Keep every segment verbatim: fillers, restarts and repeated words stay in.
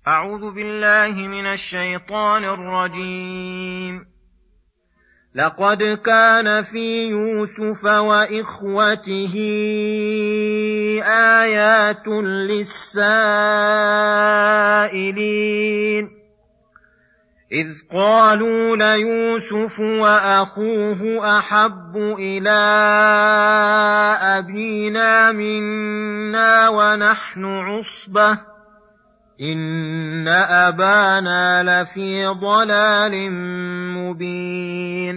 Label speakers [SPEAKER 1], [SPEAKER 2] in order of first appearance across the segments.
[SPEAKER 1] أعوذ بالله من الشيطان الرجيم. لقد كان في يوسف وإخوته آيات للسائلين إذ قالوا ليوسف وأخوه أحب إلى أبينا منا ونحن عصبة إن أبانا لفي ضلال مبين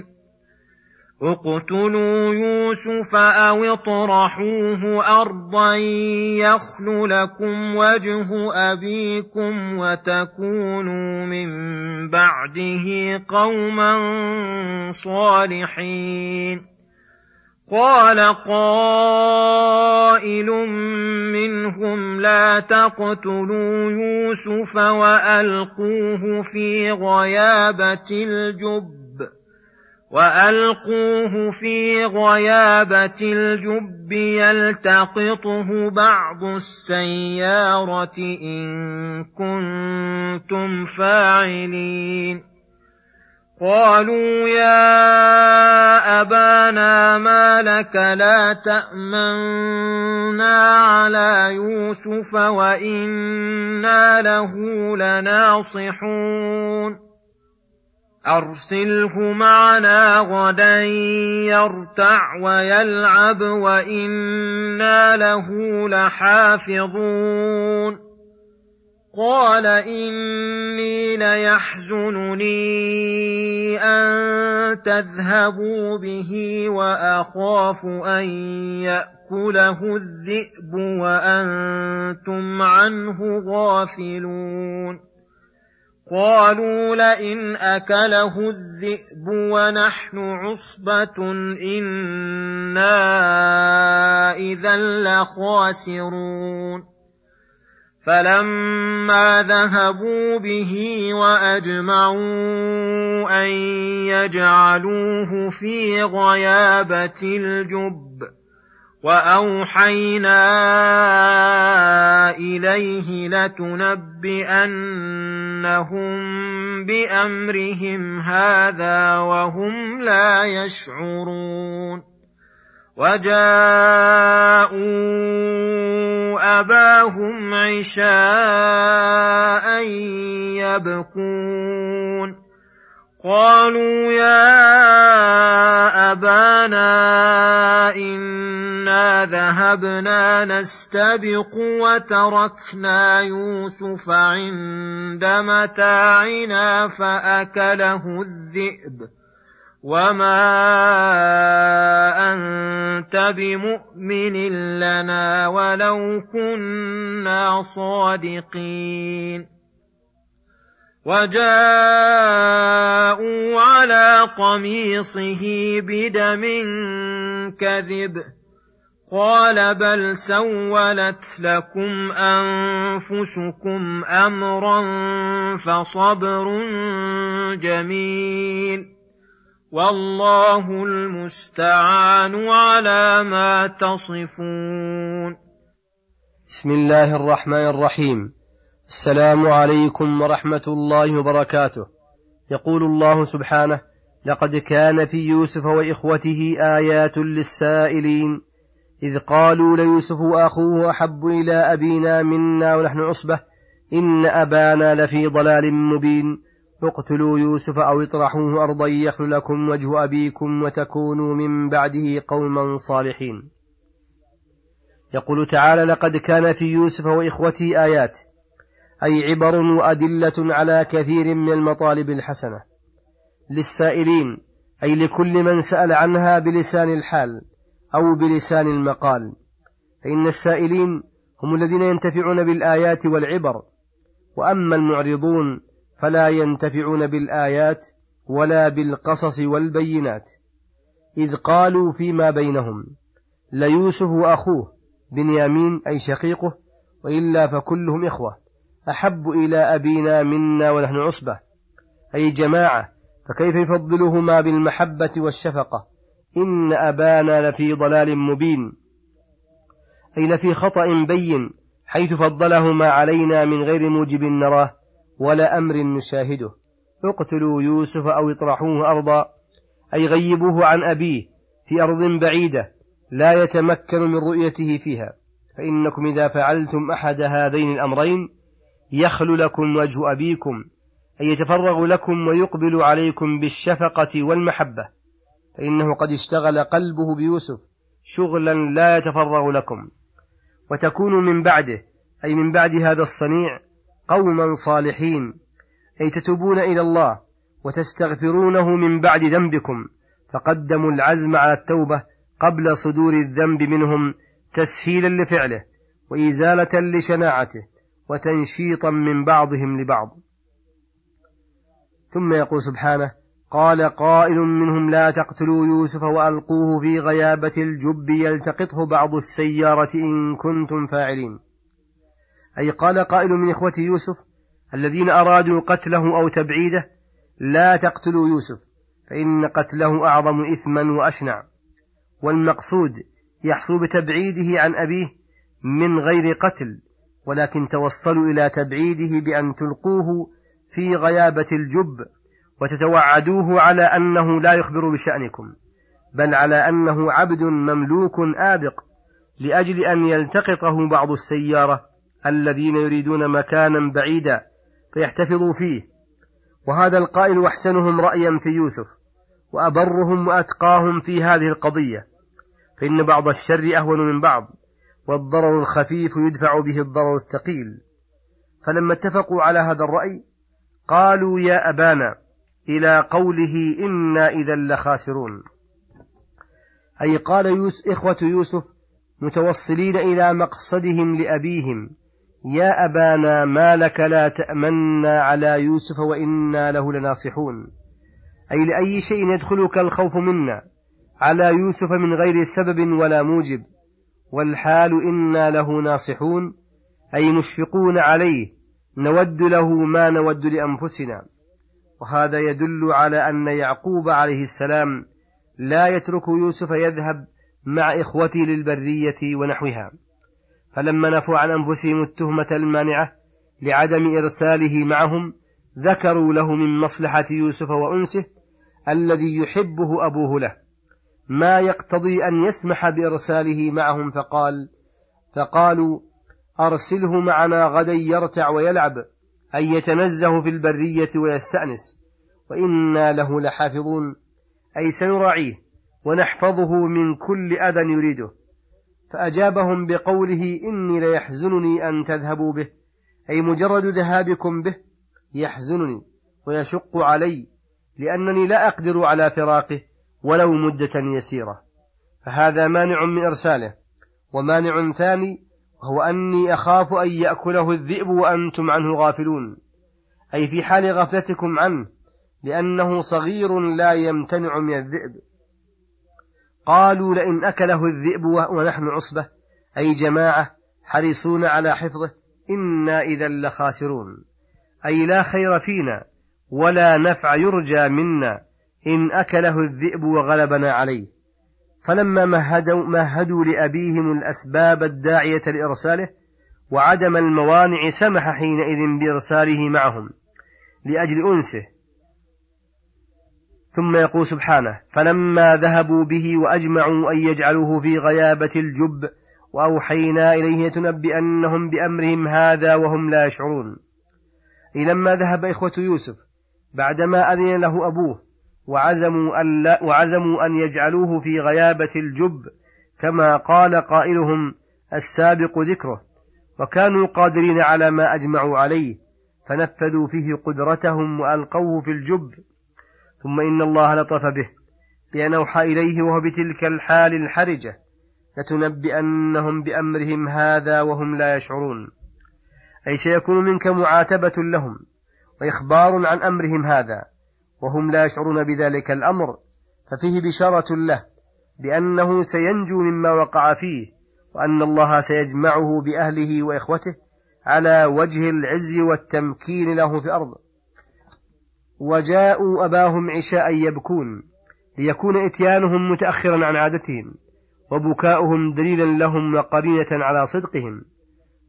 [SPEAKER 1] اقتلوا يوسف أو اطرحوه أرضا يخل لكم وجه أبيكم وتكونوا من بعده قوما صالحين. قال قائل منهم لا تقتلوا يوسف وألقوه في غيابة الجب وألقوه في غيابة الجب يلتقطه بعض السيارة إن كنتم فاعلين. قالوا يا أبانا ما لك لا تأمنا على يوسف وإنا له لناصحون أرسله معنا غدا يرتع ويلعب وإنا له لحافظون. قال إني ليحزنني أن تذهبوا به وأخاف أن يأكله الذئب وأنتم عنه غافلون. قالوا لئن أكله الذئب ونحن عصبة إنا إذا لخاسرون. فلما ذهبوا به وأجمعوا أن يجعلوه في غيابة الجب وأوحينا إليه لتنبئنهم بأمرهم هذا وهم لا يشعرون. وجاءوا أباهم عشاء يبكون. قالوا يا أبانا إنا ذهبنا نستبق وتركنا يوسف عند متاعنا فأكله الذئب وما أنت بمؤمن لنا ولو كنا صادقين. وجاءوا على قميصه بدم كذب قال بل سولت لكم أنفسكم أمرا فصبر جميل والله المستعان على ما تصفون.
[SPEAKER 2] بسم الله الرحمن الرحيم. السلام عليكم ورحمة الله وبركاته. يقول الله سبحانه: لقد كان في يوسف وإخوته آيات للسائلين إذ قالوا ليوسف وأخوه أحب إلى أبينا منا ونحن عصبة إن أبانا لفي ضلال مبين اقتلوا يوسف أو اطرحوه أرضا يخل لكم وجه أبيكم وتكونوا من بعده قوما صالحين. يقول تعالى: لقد كان في يوسف وإخوته آيات، أي عبر وأدلة على كثير من المطالب الحسنة للسائلين، أي لكل من سأل عنها بلسان الحال أو بلسان المقال، فإن السائلين هم الذين ينتفعون بالآيات والعبر، وأما المعرضون فلا ينتفعون بالآيات ولا بالقصص والبينات. إذ قالوا فيما بينهم: ليوسف وأخوه بنيامين أي شقيقه وإلا فكلهم إخوة أحب إلى أبينا منا ونحن عصبة أي جماعة، فكيف يفضلهما بالمحبة والشفقة؟ إن أبانا لفي ضلال مبين أي لفي خطأ بين، حيث فضلهما علينا من غير موجب نراه ولا أمر نشاهده. اقتلوا يوسف أو اطرحوه أرضا، أي غيبوه عن أبيه في أرض بعيدة لا يتمكن من رؤيته فيها، فإنكم إذا فعلتم أحد هذين الأمرين يخل لكم وجه أبيكم، أي يتفرغ لكم ويقبل عليكم بالشفقة والمحبة، فإنه قد اشتغل قلبه بيوسف شغلا لا يتفرغ لكم، وتكون من بعده أي من بعد هذا الصنيع قوما صالحين، أي تتوبون إلى الله وتستغفرونه من بعد ذنبكم، فقدموا العزم على التوبة قبل صدور الذنب منهم تسهيلا لفعله وإزالة لشناعته وتنشيطا من بعضهم لبعض. ثم يقول سبحانه: قال قائل منهم لا تقتلوا يوسف وألقوه في غيابة الجب يلتقطه بعض السيارة إن كنتم فاعلين، أي قال قائل من إخوة يوسف الذين أرادوا قتله أو تبعيده: لا تقتلوا يوسف فإن قتله أعظم إثما وأشنع، والمقصود يحصل بتبعيده عن أبيه من غير قتل، ولكن توصلوا إلى تبعيده بأن تلقوه في غيابة الجب وتتوعدوه على أنه لا يخبر بشأنكم، بل على أنه عبد مملوك آبق لأجل أن يلتقطه بعض السيارة الذين يريدون مكانا بعيدا فيحتفظوا فيه. وهذا القائل أحسنهم رأيا في يوسف وأبرهم وأتقاهم في هذه القضية، فإن بعض الشر أهون من بعض، والضرر الخفيف يدفع به الضرر الثقيل. فلما اتفقوا على هذا الرأي قالوا يا أبانا إلى قوله إنا إذا لخاسرون، أي قال يوسف إخوة يوسف متوصلين إلى مقصدهم لأبيهم: يا أبانا ما لك لا تأمنا على يوسف وإنا له لناصحون، أي لأي شيء يدخلك الخوف منا على يوسف من غير سبب ولا موجب، والحال إنا له ناصحون، أي مشفقون عليه نود له ما نود لأنفسنا. وهذا يدل على أن يعقوب عليه السلام لا يترك يوسف يذهب مع إخوته للبرية ونحوها، فلما نفوا عن أنفسهم التهمة المانعة لعدم إرساله معهم ذكروا له من مصلحة يوسف وأنسه الذي يحبه أبوه له ما يقتضي أن يسمح بإرساله معهم، فقال فقالوا أرسله معنا غدا يرتع ويلعب، أي يتنزه في البرية ويستأنس، وإنا له لحافظون، أي سنراعيه ونحفظه من كل أذى يريده. فأجابهم بقوله إني ليحزنني أن تذهبوا به، أي مجرد ذهابكم به يحزنني ويشق علي، لأنني لا أقدر على فراقه ولو مدة يسيرة، فهذا مانع من إرساله. ومانع ثاني وهو أني أخاف أن يأكله الذئب وأنتم عنه غافلون، أي في حال غفلتكم عنه، لأنه صغير لا يمتنع من الذئب. قالوا لئن أكله الذئب ونحن عصبة، أي جماعة حريصون على حفظه، إنا إذا لخاسرون، أي لا خير فينا ولا نفع يرجى منا إن أكله الذئب وغلبنا عليه. فلما مهدوا, مهدوا لأبيهم الأسباب الداعية لإرساله وعدم الموانع سمح حينئذ بإرساله معهم لأجل أنسه. ثم يقول سبحانه: فلما ذهبوا به وأجمعوا أن يجعلوه في غيابة الجب وأوحينا إليه تنبئنهم بأمرهم هذا وهم لا يشعرون، أي لما ذهب إخوة يوسف بعدما أذن له أبوه وعزموا أن, لا وعزموا أن يجعلوه في غيابة الجب كما قال قائلهم السابق ذكره، وكانوا قادرين على ما أجمعوا عليه فنفذوا فيه قدرتهم وألقوه في الجب. ثم إن الله لطف به بأن أوحى إليه وهو بتلك الحال الحرجة: لتنبئنهم بأمرهم هذا وهم لا يشعرون، أي سيكون منك معاتبة لهم وإخبار عن أمرهم هذا وهم لا يشعرون بذلك الأمر، ففيه بشارة له بأنه سينجو مما وقع فيه، وأن الله سيجمعه بأهله وإخوته على وجه العز والتمكين له في الأرض. وجاءوا أباهم عشاء يبكون، ليكون إتيانهم متأخرا عن عادتهم وبكاؤهم دليلا لهم وقرينة على صدقهم،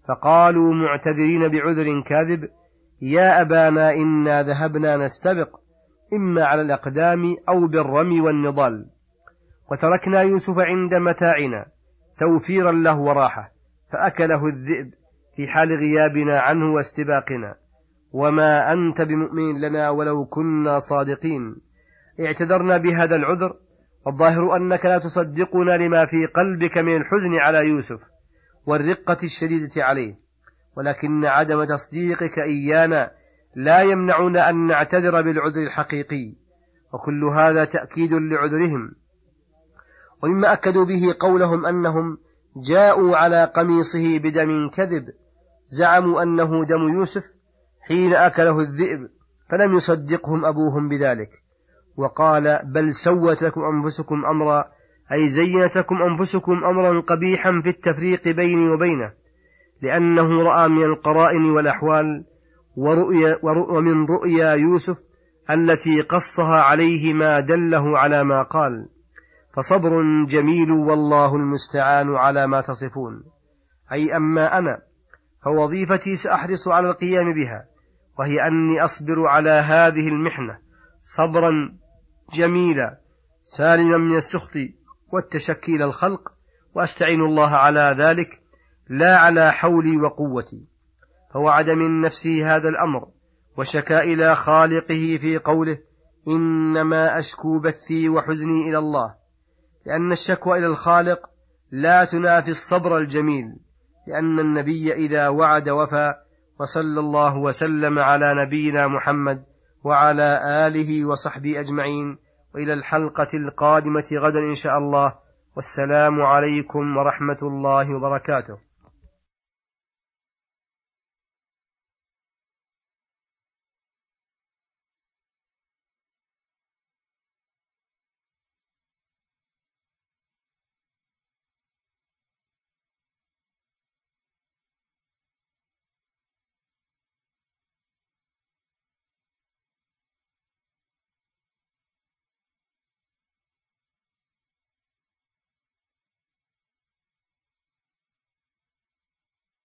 [SPEAKER 2] فقالوا معتذرين بعذر كاذب: يا أبانا إنا ذهبنا نستبق إما على الأقدام أو بالرمي والنضال، وتركنا يوسف عند متاعنا توفيرا له وراحة، فأكله الذئب في حال غيابنا عنه واستباقنا، وما أنت بمؤمن لنا ولو كنا صادقين. اعتذرنا بهذا العذر، والظاهر أنك لا تصدقنا لما في قلبك من الحزن على يوسف والرقة الشديدة عليه، ولكن عدم تصديقك إيانا لا يمنعنا أن نعتذر بالعذر الحقيقي، وكل هذا تأكيد لعذرهم. ومما أكدوا به قولهم أنهم جاءوا على قميصه بدم كذب، زعموا أنه دم يوسف حين أكله الذئب، فلم يصدقهم أبوهم بذلك، وقال: بل سوت لكم أنفسكم أمرا، أي زينت لكم أنفسكم أمرا قبيحا في التفريق بيني وبينه، لأنه رأى من القرائن والأحوال ورؤيا ومن رؤيا يوسف التي قصها عليه ما دله على ما قال، فصبر جميل والله المستعان على ما تصفون. أي أما أنا فوظيفتي سأحرص على القيام بها، وهي أني أصبر على هذه المحنة صبرا جميلا سالما من السخط والتشكي إلى الخلق، وأستعين الله على ذلك لا على حولي وقوتي. فوعد من نفسه هذا الأمر، وشكا إلى خالقه في قوله: إنما أشكو بثي وحزني إلى الله، لأن الشكوى إلى الخالق لا تنافي الصبر الجميل، لأن النبي إذا وعد وفى. وصلى الله وسلم على نبينا محمد وعلى آله وصحبه أجمعين، وإلى الحلقة القادمة غدا إن شاء الله، والسلام عليكم ورحمة الله وبركاته.